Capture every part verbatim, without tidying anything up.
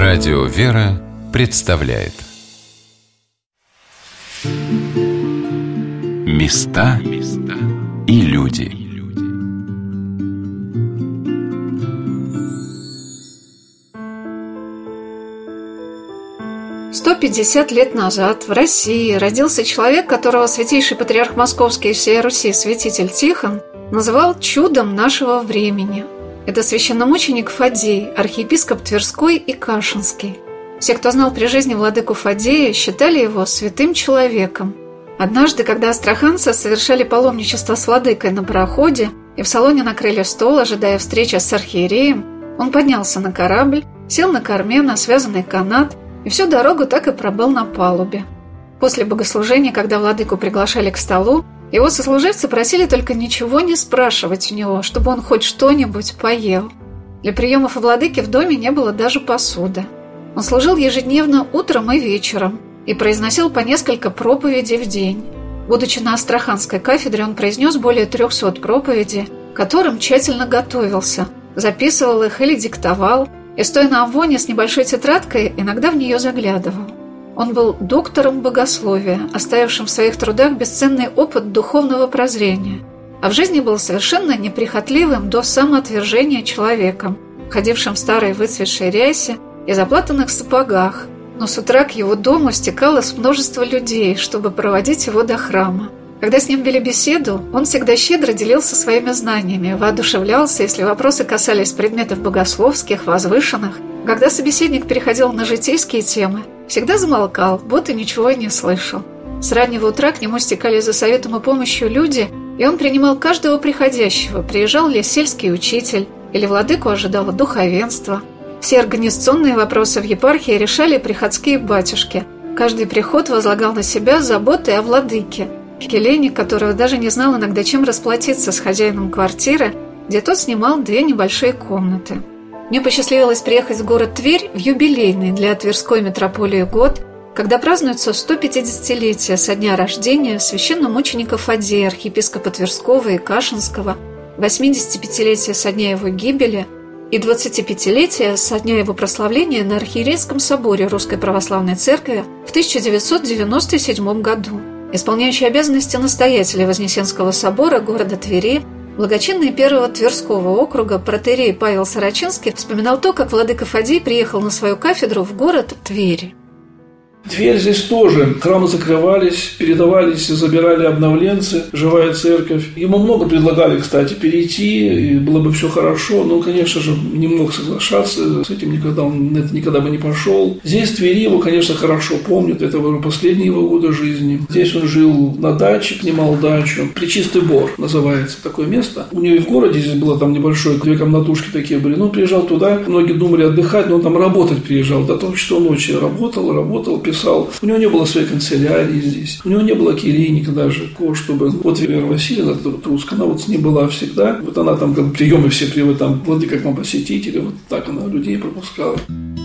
Радио «Вера» представляет Места и люди. сто пятьдесят лет назад в России родился человек, которого святейший патриарх Московский и всей Руси святитель Тихон называл чудом нашего времени. Это священномученик Фадей, архиепископ Тверской и Кашинский. Все, кто знал при жизни владыку Фадея, считали его святым человеком. Однажды, когда астраханцы совершали паломничество с владыкой на пароходе и в салоне накрыли стол, ожидая встречи с архиереем, он поднялся на корабль, сел на корме на связанный канат и всю дорогу так и пробыл на палубе. После богослужения, когда владыку приглашали к столу, его сослуживцы просили только ничего не спрашивать у него, чтобы он хоть что-нибудь поел. Для приемов у владыки в доме не было даже посуды. Он служил ежедневно утром и вечером и произносил по несколько проповедей в день. Будучи на Астраханской кафедре, он произнес более трехсот проповедей, к которым тщательно готовился, записывал их или диктовал, и, стоя на амвоне с небольшой тетрадкой, иногда в нее заглядывал. Он был доктором богословия, оставившим в своих трудах бесценный опыт духовного прозрения, а в жизни был совершенно неприхотливым до самоотвержения человеком, ходившим в старой выцветшей рясе и заплатанных сапогах, но с утра к его дому стекалось множество людей, чтобы проводить его до храма. Когда с ним вели беседу, он всегда щедро делился своими знаниями, воодушевлялся, если вопросы касались предметов богословских, возвышенных. Когда собеседник переходил на житейские темы, всегда замолкал, будто ничего и не слышал. С раннего утра к нему стекали за советом и помощью люди, и он принимал каждого приходящего, приезжал ли сельский учитель, или владыку ожидало духовенство. Все организационные вопросы в епархии решали приходские батюшки. Каждый приход возлагал на себя заботы о владыке. Келейник, которого даже не знал иногда, чем расплатиться с хозяином квартиры, где тот снимал две небольшие комнаты. Мне посчастливилось приехать в город Тверь в юбилейный для Тверской митрополии год, когда празднуется сто пятидесятилетие со дня рождения священномученика Фадея, архиепископа Тверского и Кашинского, восьмидесятипятилетие со дня его гибели и двадцатипятилетие со дня его прославления на Архиерейском соборе Русской Православной Церкви в тысяча девятьсот девяносто седьмом году. Исполняющий обязанности настоятеля Вознесенского собора города Твери, благочинный первого Тверского округа протоиерей Павел Сорочинский вспоминал то, как владыка Фадей приехал на свою кафедру в город Тверь. Тверь здесь тоже. Храмы закрывались, передавались, забирали обновленцы, живая церковь. Ему много предлагали, кстати, перейти, и было бы все хорошо, но, конечно же, не мог соглашаться с этим, никогда он на это никогда бы не пошел. Здесь в Твери его, конечно, хорошо помнят, это были последние его годы жизни. Здесь он жил на даче, снимал дачу. Пречистый Бор называется такое место. У него и в городе здесь было там небольшое, две комнатушки такие были. Но он приезжал туда, многие думали отдыхать, но он там работать приезжал. До того часов ночи работал, работал, писал. У него не было своей канцелярии здесь. У него не было келейника даже, чтобы... Вот Вера Васильевна Трусская, она вот с ней была всегда. Вот она там как приемы все приводит, там, владыка к вам посетители, вот так она людей пропускала.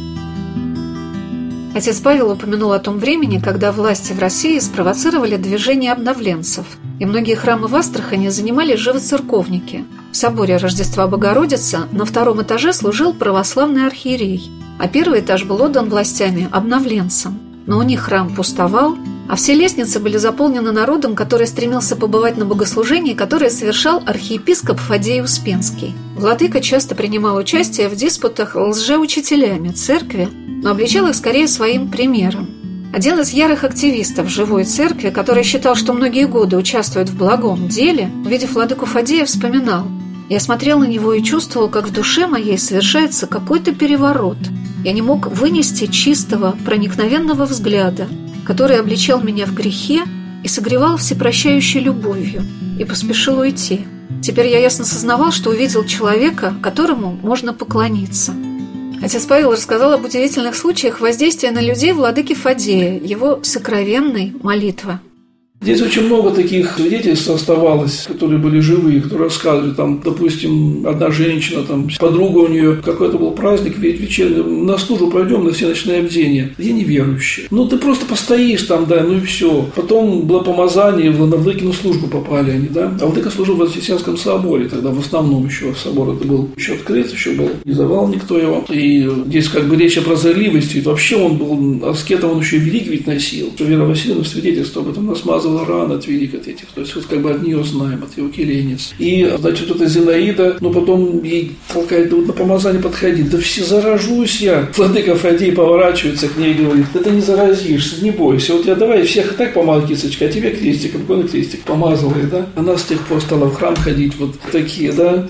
Отец Павел упомянул о том времени, когда власти в России спровоцировали движение обновленцев, и многие храмы в Астрахани занимали живоцерковники. В соборе Рождества Богородицы на втором этаже служил православный архиерей, а первый этаж был отдан властями обновленцам. Но у них храм пустовал, а все лестницы были заполнены народом, который стремился побывать на богослужении, которое совершал архиепископ Фадей Успенский. Владыка часто принимал участие в диспутах с лжеучителями церкви, но обличал их скорее своим примером. Один из ярых активистов живой церкви, который считал, что многие годы участвует в благом деле, увидев владыку Фадея, вспоминал: «Я смотрел на него и чувствовал, как в душе моей совершается какой-то переворот. Я не мог вынести чистого, проникновенного взгляда, который обличал меня в грехе и согревал всепрощающей любовью, и поспешил уйти. Теперь я ясно сознавал, что увидел человека, которому можно поклониться». Отец Павел рассказал об удивительных случаях воздействия на людей владыки Фадея, его сокровенной молитвы. Здесь очень много таких свидетельств оставалось, которые были живые, которые рассказывали, там, допустим, одна женщина, там, подруга у нее, какой-то был праздник вечерний, на службу пойдем, на все ночные бдения. Я неверующий. Ну, ты просто постоишь там, да, ну и все. Потом было помазание, на Владыкину службу попали они, да. А Владыка служил в Вознесенском соборе, тогда в основном еще собор это был еще открыт, еще был, не завал никто его. И здесь как бы речь о прозорливости, и вообще он был аскетом, он еще и велик ведь носил. Вера Васильевна свидетельство об этом нас смазывала ран от велик от этих, то есть вот как бы от нее знаем, от его келенец. И, значит, вот эта Зинаида, ну потом ей толкает, да вот на помазание подходить, да все заражусь я. Владыка Фадей поворачивается к ней и говорит, да ты не заразишься, не бойся, вот я давай всех и так помазал кисточкой, а тебе крестиком, какой крестик помазывает, да? Она с тех пор стала в храм ходить, вот такие, да?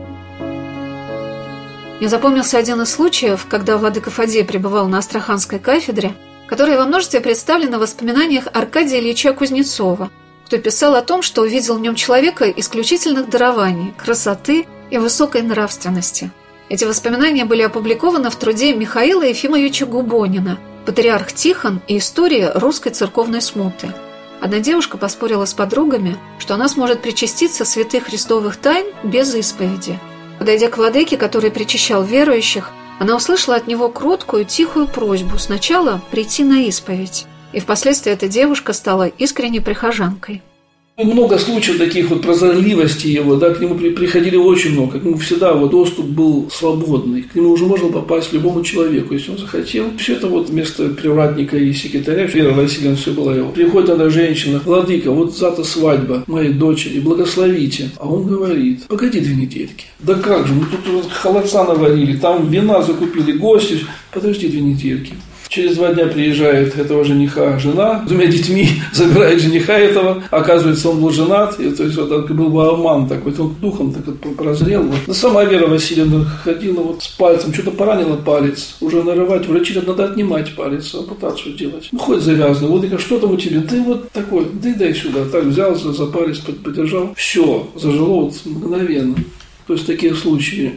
Мне запомнился один из случаев, когда владыка Фадей пребывал на Астраханской кафедре, которые во множестве представлены в воспоминаниях Аркадия Ильича Кузнецова, кто писал о том, что увидел в нем человека исключительных дарований, красоты и высокой нравственности. Эти воспоминания были опубликованы в труде Михаила Ефимовича Губонина «Патриарх Тихон и история русской церковной смуты». Одна девушка поспорила с подругами, что она сможет причаститься святых христовых тайн без исповеди. Подойдя к владыке, который причащал верующих, она услышала от него кроткую, тихую просьбу сначала прийти на исповедь, и впоследствии эта девушка стала искренней прихожанкой. Много случаев таких вот прозорливости его, да, к нему приходили очень много, к нему всегда вот доступ был свободный, к нему уже можно попасть любому человеку, если он захотел. Все это вот вместо привратника и секретаря, Вера Васильевна все была его. Приходит одна женщина, владыка, вот завтра свадьба моей дочери, благословите. А он говорит, погоди две недельки. Да как же, мы тут вот холодца наварили, там вина закупили, гости, подожди две недельки. Через два дня приезжает этого жениха жена с двумя детьми, забирает жениха этого. Оказывается, он был женат. И, то есть, вот, это был бы обман такой. Он духом так вот прозрел. Вот. Да сама Вера Васильевна ходила вот с пальцем, что-то поранила палец. Уже нарывать, врачи надо отнимать палец, ампутацию делать. Ну, хоть завязано. Вот, я, что там у тебя? Ты вот такой, да дай сюда. Так взял за, за палец, подержал. Все, зажило вот мгновенно. То есть, такие случаи.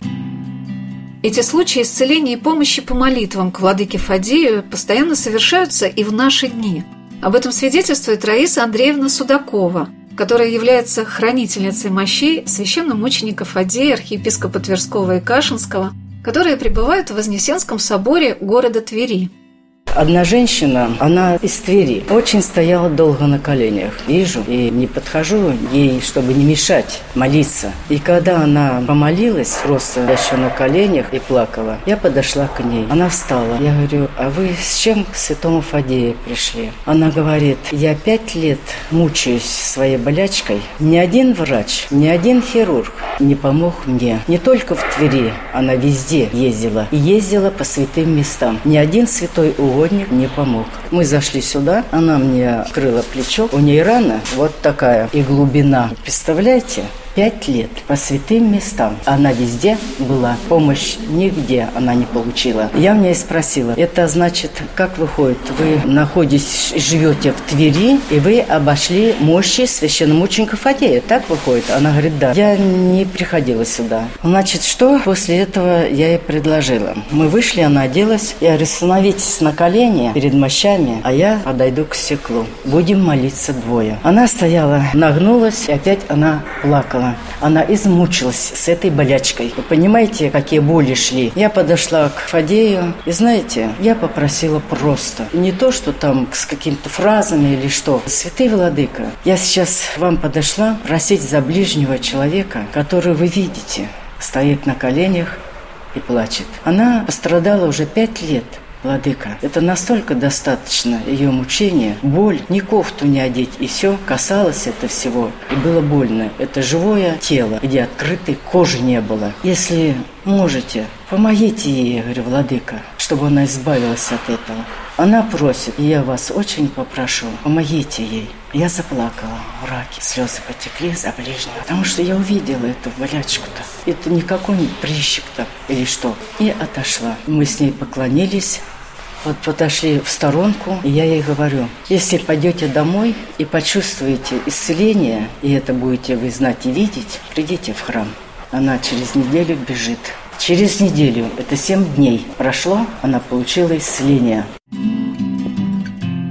Эти случаи исцеления и помощи по молитвам к владыке Фадею постоянно совершаются и в наши дни. Об этом свидетельствует Раиса Андреевна Судакова, которая является хранительницей мощей священномученика Фадея, архиепископа Тверского и Кашинского, которые пребывают в Вознесенском соборе города Твери. Одна женщина, она из Твери, очень стояла долго на коленях. Вижу и не подхожу ей, чтобы не мешать молиться. И когда она помолилась, просто еще на коленях и плакала, я подошла к ней. Она встала. Я говорю, а вы с чем к святому Фадею пришли? Она говорит, я пять лет мучаюсь своей болячкой. Ни один врач, ни один хирург не помог мне. Не только в Твери, она везде ездила. И ездила по святым местам. Ни один святой угодник не помог. Мы зашли сюда, она мне открыла плечо. У нее рана вот такая и глубина. Представляете? Пять лет по святым местам. Она везде была. Помощь нигде она не получила. Я у нее спросила, это значит, как выходит? Вы находитесь, живете в Твери, и вы обошли мощи священномученика Фадея. Так выходит? Она говорит, да. Я не приходила сюда. Значит, что после этого я ей предложила? Мы вышли, она оделась. Я говорю, становитесь на колени перед мощами, а я подойду к стеклу. Будем молиться двое. Она стояла, нагнулась, и опять она плакала. Она измучилась с этой болячкой. Вы понимаете, какие боли шли? Я подошла к Фадею, и знаете, я попросила просто. Не то, что там с какими-то фразами или что. Святый Владыка, я сейчас вам подошла просить за ближнего человека, который вы видите, стоит на коленях и плачет. Она пострадала уже пять лет. Владыка, это настолько достаточно ее мучения, боль, ни кофту не одеть, и все, касалось это всего, и было больно. Это живое тело, где открытой кожи не было. Если можете, помогите ей, я говорю, Владыка, чтобы она избавилась от этого. Она просит, и я вас очень попрошу, помогите ей. Я заплакала в раке, слезы потекли за ближнего, потому что я увидела эту болячку-то. Это не какой-нибудь прыщик-то или что. И отошла. Мы с ней поклонились, вот подошли в сторонку, и я ей говорю, если пойдете домой и почувствуете исцеление, и это будете вы знать и видеть, придите в храм. Она через неделю бежит. Через неделю, это семь дней прошло, она получила исцеление.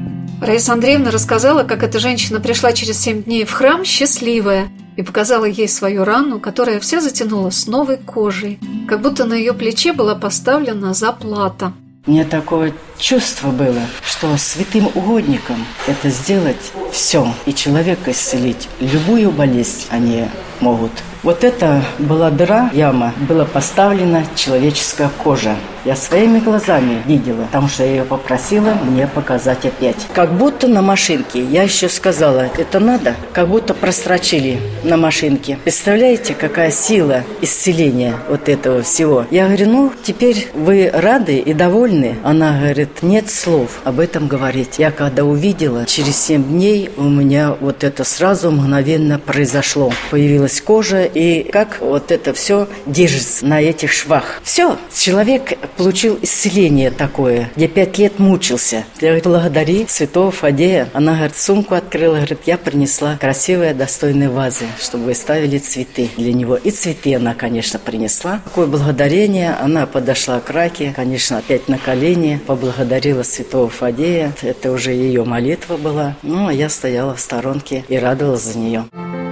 Раиса Андреевна рассказала, как эта женщина пришла через семь дней в храм счастливая и показала ей свою рану, которая вся затянулась с новой кожей, как будто на ее плече была поставлена заплата. Мне такое чувство было, что святым угодникам это сделать все, и человека исцелить. Любую болезнь они могут. Вот это была дыра, яма, была поставлена человеческая кожа. Я своими глазами видела, потому что я ее попросила мне показать опять. Как будто на машинке. Я еще сказала, это надо? Как будто прострочили на машинке. Представляете, какая сила исцеления вот этого всего? Я говорю, ну, теперь вы рады и довольны? Она говорит, нет слов об этом говорить. Я когда увидела, через семь дней у меня вот это сразу мгновенно произошло. Появилась кожа, и как вот это все держится на этих швах. Все, человек получил исцеление такое, где пять лет мучился. Я говорю, благодари святого Фадея. Она, говорит, сумку открыла, говорит, я принесла красивые, достойные вазы, чтобы вы ставили цветы для него. И цветы она, конечно, принесла. Такое благодарение. Она подошла к раке, конечно, опять на колени, поблагодарила святого Фадея. Это уже ее молитва была. Ну, а я стояла в сторонке и радовалась за нее.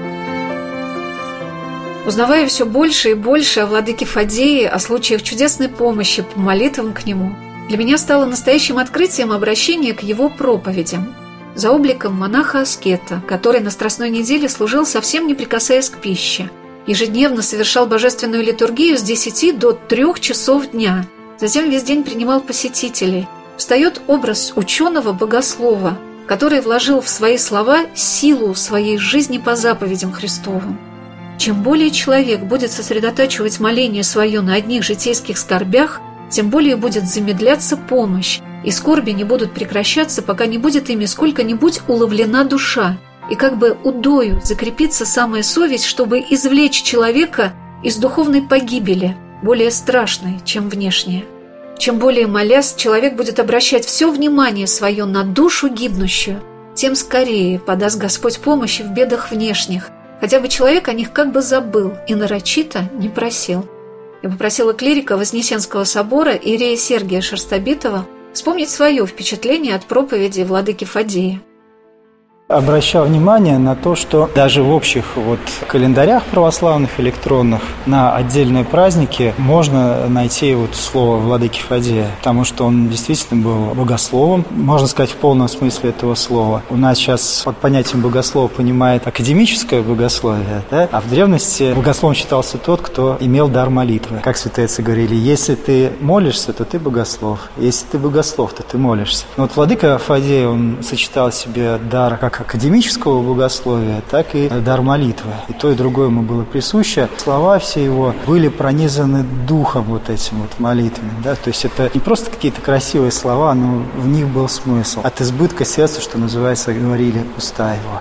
Узнавая все больше и больше о владыке Фадее, о случаях чудесной помощи по молитвам к нему, для меня стало настоящим открытием обращение к его проповедям. За обликом монаха-аскета, который на Страстной неделе служил совсем не прикасаясь к пище, ежедневно совершал божественную литургию с десяти до трех часов дня, затем весь день принимал посетителей, встает образ ученого-богослова, который вложил в свои слова силу своей жизни по заповедям Христовым. Чем более человек будет сосредотачивать моление свое на одних житейских скорбях, тем более будет замедляться помощь, и скорби не будут прекращаться, пока не будет ими сколько-нибудь уловлена душа, и как бы удою закрепится самая совесть, чтобы извлечь человека из духовной погибели, более страшной, чем внешняя. Чем более молясь, человек будет обращать все внимание свое на душу гибнущую, тем скорее подаст Господь помощи в бедах внешних, хотя бы человек о них как бы забыл и нарочито не просил. Я попросила клирика Вознесенского собора иерея Сергия Шерстобитова вспомнить свое впечатление от проповеди владыки Фадея. Обращал внимание на то, что даже в общих вот календарях православных электронных на отдельные праздники можно найти вот слово владыки Фадея, потому что он действительно был богословом, можно сказать, в полном смысле этого слова. У нас сейчас под понятием богослова понимает академическое богословие, да? А в древности богословом считался тот, кто имел дар молитвы. Как святые отцы говорили, если ты молишься, то ты богослов, если ты богослов, то ты молишься. Но вот владыка Фадей, он сочетал в себе дар как академического богословия, так и дар молитвы. И то, и другое ему было присуще. Слова все его были пронизаны духом вот этим вот молитвенным. Да? То есть это не просто какие-то красивые слова, но в них был смысл. От избытка сердца, что называется, говорили уста его.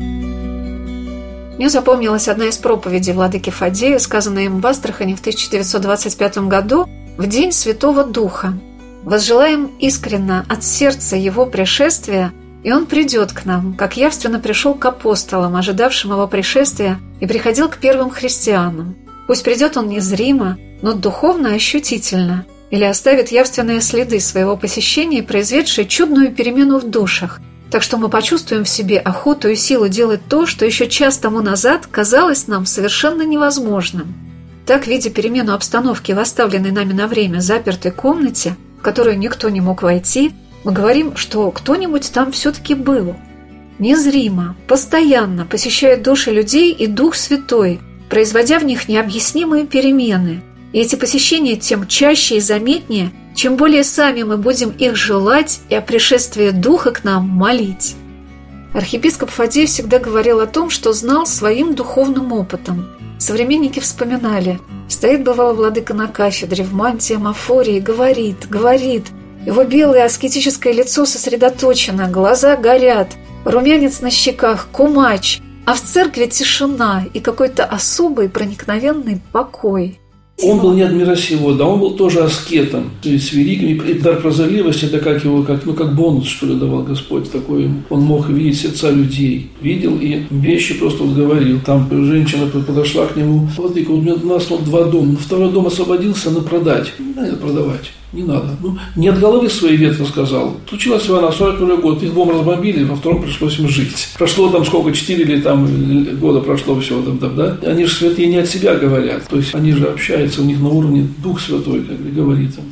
Мне запомнилась одна из проповедей владыки Фадея, сказанная им в Астрахани в тысяча девятьсот двадцать пятом году в День Святого Духа. «Возжелаем искренно от сердца Его пришествия, и Он придет к нам, как явственно пришел к апостолам, ожидавшим Его пришествия, и приходил к первым христианам. Пусть придет Он незримо, но духовно ощутительно, или оставит явственные следы своего посещения, произведшие чудную перемену в душах, так что мы почувствуем в себе охоту и силу делать то, что еще час тому назад казалось нам совершенно невозможным». Так, видя перемену обстановки в оставленной нами на время запертой комнате, в которую никто не мог войти, мы говорим, что кто-нибудь там все-таки был. Незримо, постоянно посещает души людей и Дух Святой, производя в них необъяснимые перемены. И эти посещения тем чаще и заметнее, чем более сами мы будем их желать и о пришествии Духа к нам молить. Архиепископ Фадей всегда говорил о том, что знал своим духовным опытом. Современники вспоминали. Стоит, бывало, владыка на кафедре в мантии амафории, говорит, говорит. Его белое аскетическое лицо сосредоточено, глаза горят, румянец на щеках, кумач, а в церкви тишина и какой-то особый проникновенный покой. Он был не от мира сего, да, он был тоже аскетом, то есть великим, и дар прозорливости, это как его, как, ну, как бонус, что ли, давал Господь такой. Он мог видеть сердца людей, видел и вещи просто вот говорил. Там женщина подошла к нему, владыка, вот у нас вот два дома, второй дом освободился, надо продать, надо продавать. Не надо. Ну, не от головы своей ветра сказал. Случилась война, сорок первый год, их двум разбомбили, во втором пришлось им жить. Прошло там сколько, четыре или там года прошло всего там, там, да? Они же святые не от себя говорят. То есть они же общаются, у них на уровне Дух Святой, как бы говорит им.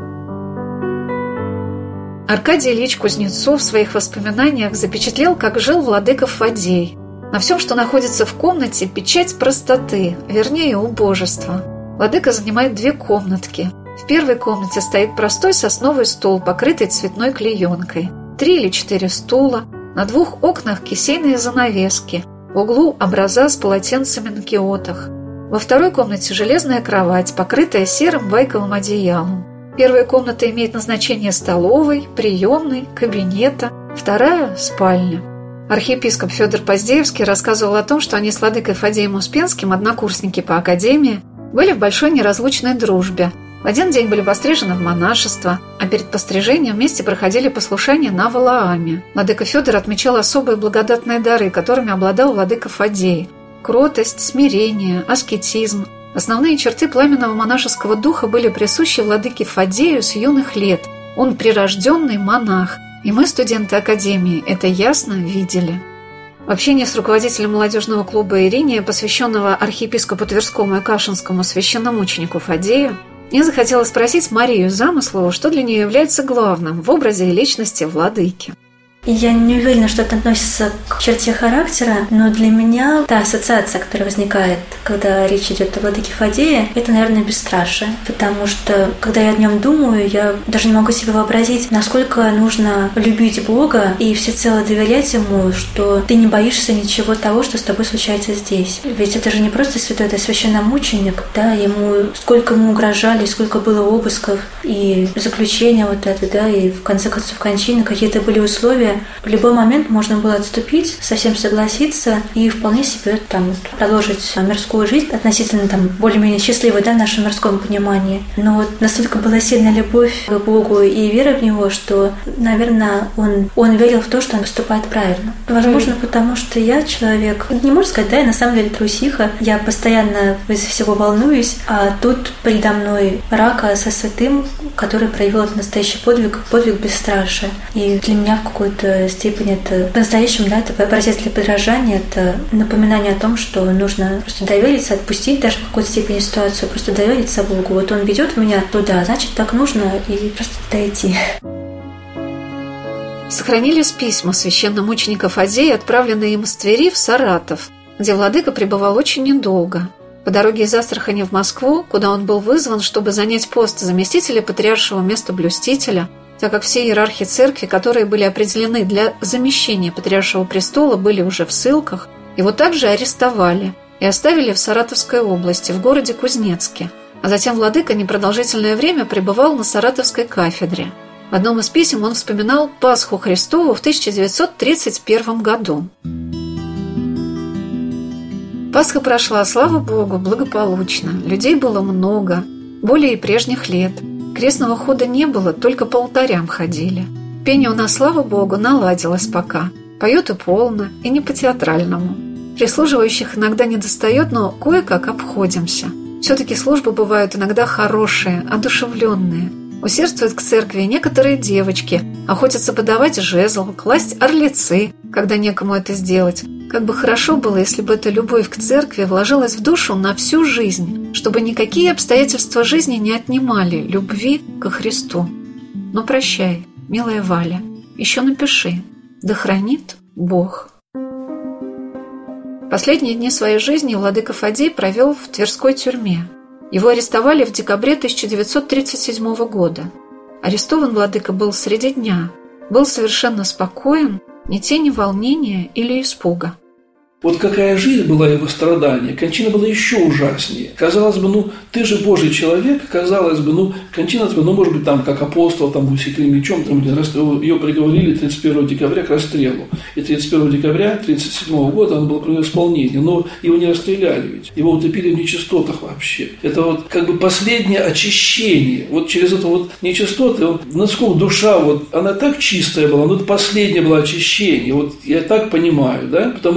Аркадий Ильич Кузнецов в своих воспоминаниях запечатлел, как жил владыка Фадей. На всем, что находится в комнате, печать простоты, вернее, убожества. Владыка занимает две комнатки. В первой комнате стоит простой сосновый стол, покрытый цветной клеенкой. Три или четыре стула, на двух окнах кисейные занавески, в углу образа с полотенцами на киотах. Во второй комнате железная кровать, покрытая серым байковым одеялом. Первая комната имеет назначение столовой, приемной, кабинета, вторая – спальня. Архиепископ Федор Поздеевский рассказывал о том, что они с владыкой Фадеем Успенским, однокурсники по академии, были в большой неразлучной дружбе. В один день были пострижены в монашество, а перед пострижением вместе проходили послушания на Валааме. Владыка Федор отмечал особые благодатные дары, которыми обладал владыка Фадей. Кротость, смирение, аскетизм. Основные черты пламенного монашеского духа были присущи владыке Фадею с юных лет. Он прирожденный монах, и мы, студенты Академии, это ясно видели. В общении с руководителем молодежного клуба «Ириния», посвященного архиепископу Тверскому и Кашинскому священномученику Фадею, мне захотелось спросить Марию Замыслову, что для нее является главным в образе и личности владыки. Я не уверена, что это относится к черте характера, но для меня та ассоциация, которая возникает, когда речь идет о владыке Фадее, это, наверное, бесстрашие. Потому что, когда я о нем думаю, я даже не могу себе вообразить, насколько нужно любить Бога и всецело доверять Ему, что ты не боишься ничего того, что с тобой случается здесь. Ведь это же не просто святой, это священномученик, да, ему сколько ему угрожали, сколько было обысков и заключения вот это, да, и в конце концов кончины, какие-то были условия. В любой момент можно было отступить, совсем согласиться и вполне себе там продолжить мирскую жизнь относительно там более-менее счастливой, да, в нашем мирском понимании. Но вот настолько была сильная любовь к Богу и вера в Него, что, наверное, он, он верил в то, что он поступает правильно. Возможно, потому что я человек, не можно сказать, да, я на самом деле трусиха, я постоянно из-за всего волнуюсь, а тут передо мной рака со святым, который проявил этот настоящий подвиг, подвиг бесстрашия. И для меня в какой-то степени это по-настоящему, да, это образец для подражания, это напоминание о том, что нужно просто довериться, отпустить даже в какой-то степени ситуацию, просто довериться Богу. Вот Он ведет меня туда, значит, так нужно, и просто туда идти. Сохранились письма священномученика Фадея, отправленные им из Твери в Саратов, где владыка пребывал очень недолго. По дороге из Астрахани в Москву, куда он был вызван, чтобы занять пост заместителя патриаршего местоблюстителя, так как все иерархи церкви, которые были определены для замещения патриаршего престола, были уже в ссылках, его также арестовали и оставили в Саратовской области, в городе Кузнецке. А затем владыка непродолжительное время пребывал на Саратовской кафедре. В одном из писем он вспоминал Пасху Христову в тысяча девятьсот тридцать первом году. Пасха прошла, слава Богу, благополучно. Людей было много, более и прежних лет. Крестного хода не было, только по алтарям ходили. Пение у нас, слава Богу, наладилось пока. Поют и полно, и не по-театральному. Прислуживающих иногда недостает, но кое-как обходимся. Все-таки службы бывают иногда хорошие, одушевленные. Усердствуют к церкви некоторые девочки, охотятся подавать жезл, класть орлицы, когда некому это сделать. Как бы хорошо было, если бы эта любовь к церкви вложилась в душу на всю жизнь, чтобы никакие обстоятельства жизни не отнимали любви ко Христу. Но прощай, милая Валя, еще напиши: да хранит Бог. Последние дни своей жизни владыка Фадей провел в Тверской тюрьме. Его арестовали в декабре тысяча девятьсот тридцать седьмого года. Арестован владыка был среди дня, был совершенно спокоен, ни тени волнения или испуга. Вот какая жизнь была его страдания, кончина была еще ужаснее. Казалось бы, ну, ты же Божий человек, казалось бы, ну, кончина твоя, ну, может быть, там, как апостол, там, усекли мечом, там, ее приговорили тридцать первого декабря к расстрелу. И тридцать первого декабря тридцать седьмого года он был при исполнении, но его не расстреляли ведь, его утопили в нечистотах вообще. Это вот как бы последнее очищение. Вот через это вот нечистоты, вот, насколько душа, вот, она так чистая была, но это последнее было очищение. Вот я так понимаю, да, потому что по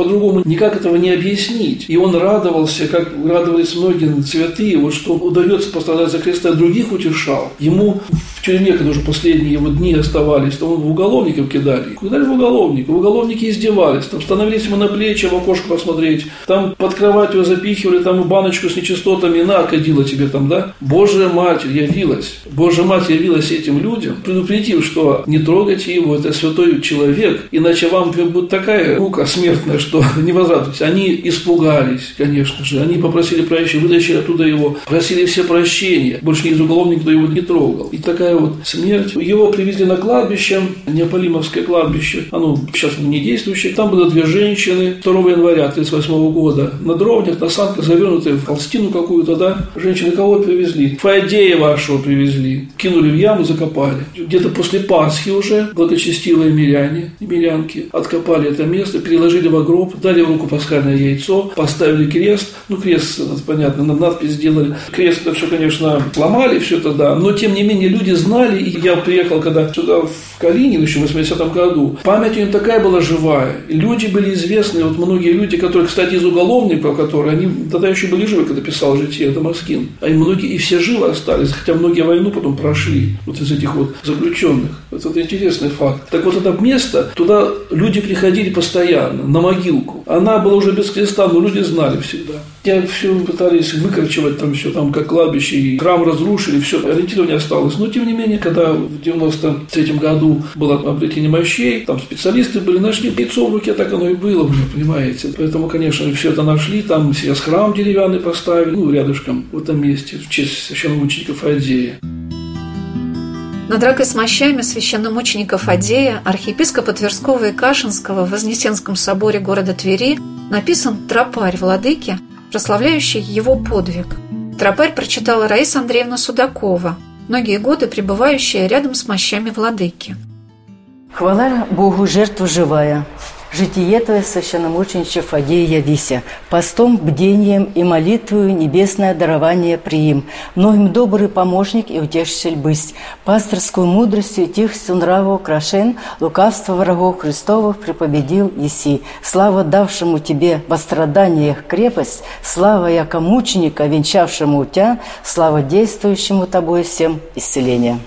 по-другому никак этого не объяснить. И он радовался, как радовались многие святые, вот что удается пострадать за Христа, других утешал. Ему в тюрьме, когда уже последние его дни оставались, то он в уголовников кидали. Кидали в уголовник. Уголовники издевались, там становились ему на плечи, в окошко посмотреть, там под кровать его запихивали, там баночку с нечистотами, на, кадила тебе там, да. Божья Матерь явилась. Божья Матерь явилась этим людям, предупредив, что не трогайте его, это святой человек, иначе вам будет такая мука смертная, что не возвратитесь. Они испугались, конечно же, они попросили прощения, вытащили оттуда его, просили все прощения, больше из уголовника никто его не трогал. И такая вот смерть. Его привезли на кладбище, Неаполимовское кладбище, оно сейчас не действующее. Там было две женщины второго января тысяча девятьсот тридцать восьмого года на дровнях, на санках, завернутые в холстину какую-то, да. Женщины кого привезли? Фадея вашего привезли. Кинули в яму, закопали. Где-то после Пасхи уже благочестивые миряне и мирянки откопали это место, переложили в гроб, дали в руку пасхальное яйцо, поставили крест. Ну, крест, это понятно, надпись сделали. Крест, это все, конечно, ломали все это, да, но, тем не менее, люди знали, и я приехал, когда сюда в Калинин еще в восьмидесятом году, память у них такая была живая. И люди были известны, вот многие люди, которые, кстати, из уголовников, которые, они тогда еще были живы, когда писал «Житие» Дамаскин. А и многие, и все живы остались, хотя многие войну потом прошли, вот из этих вот заключенных. Это, это интересный факт. Так вот, это место, туда люди приходили постоянно, на могилку. Она была уже без креста, но люди знали всегда. Я все пытались выкорчевать там все, там как кладбище, и храм разрушили, все, ориентирования не осталось. Но, тем не менее, когда в девяносто третьем году было обретение мощей, там специалисты были, нашли яйцо в руке, так оно и было уже, понимаете. Поэтому, конечно, все это нашли, там сейчас храм деревянный поставили, ну, рядышком, в этом месте, в честь священномученика Фадея. Над ракой с мощами священномученика Фадея, архиепископа Тверского и Кашинского в Вознесенском соборе города Твери, написан тропарь владыки, прославляющий его подвиг. Тропарь прочитала Раиса Андреевна Судакова, многие годы пребывающая рядом с мощами владыки. Хвала Богу, жертва живая. Житие Твое, священномучениче Фадея, явися, постом, бдением и молитвою небесное дарование приим, многим добрый помощник и утешитель бысть, пасторскую мудростью и тихостью нрава украшен, лукавство врагов Христовых препобедил еси. Слава давшему Тебе во страданиях крепость, слава яко мученика, венчавшему у Тя, слава действующему Тобой всем исцеление.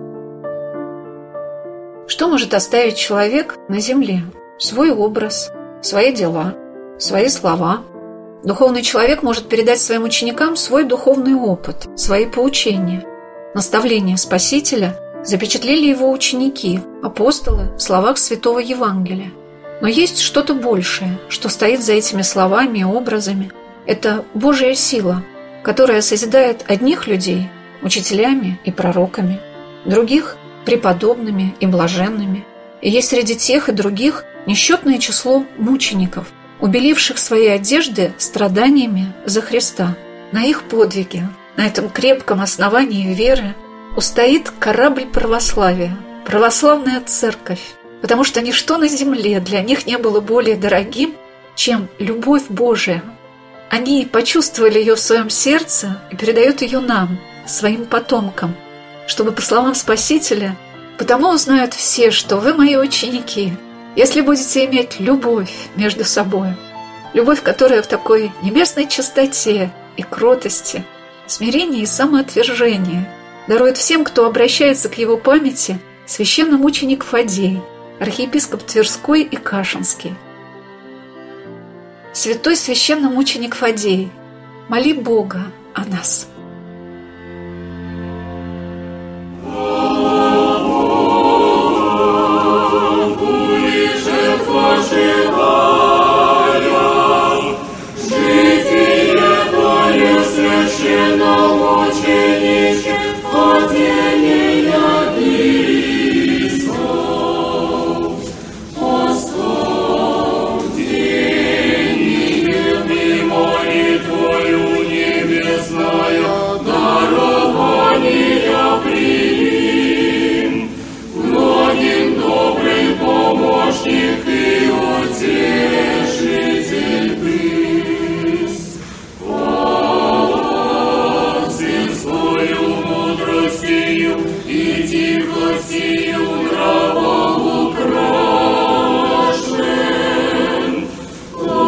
Что может оставить человек на земле? Свой образ, свои дела, свои слова. Духовный человек может передать своим ученикам свой духовный опыт, свои поучения. Наставления Спасителя запечатлели его ученики, апостолы, в словах Святого Евангелия. Но есть что-то большее, что стоит за этими словами и образами. Это Божья сила, которая созидает одних людей учителями и пророками, других – преподобными и блаженными. И есть среди тех и других несчетное число мучеников, убеливших свои одежды страданиями за Христа. На их подвиге, на этом крепком основании веры устоит корабль православия, православная церковь, потому что ничто на земле для них не было более дорогим, чем любовь Божия. Они почувствовали ее в своем сердце и передают ее нам, своим потомкам, чтобы, по словам Спасителя, «Потому узнают все, что вы мои ученики, если будете иметь любовь между собой, любовь, которая в такой небесной чистоте и кротости, смирении и самоотвержении дарует всем, кто обращается к его памяти, священномученик Фадей, архиепископ Тверской и Кашинский». Святой священномученик Фадей, моли Бога о нас. Украшен,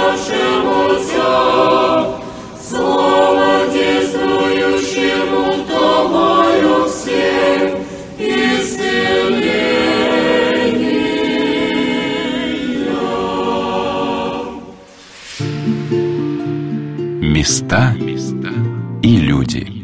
Места и люди.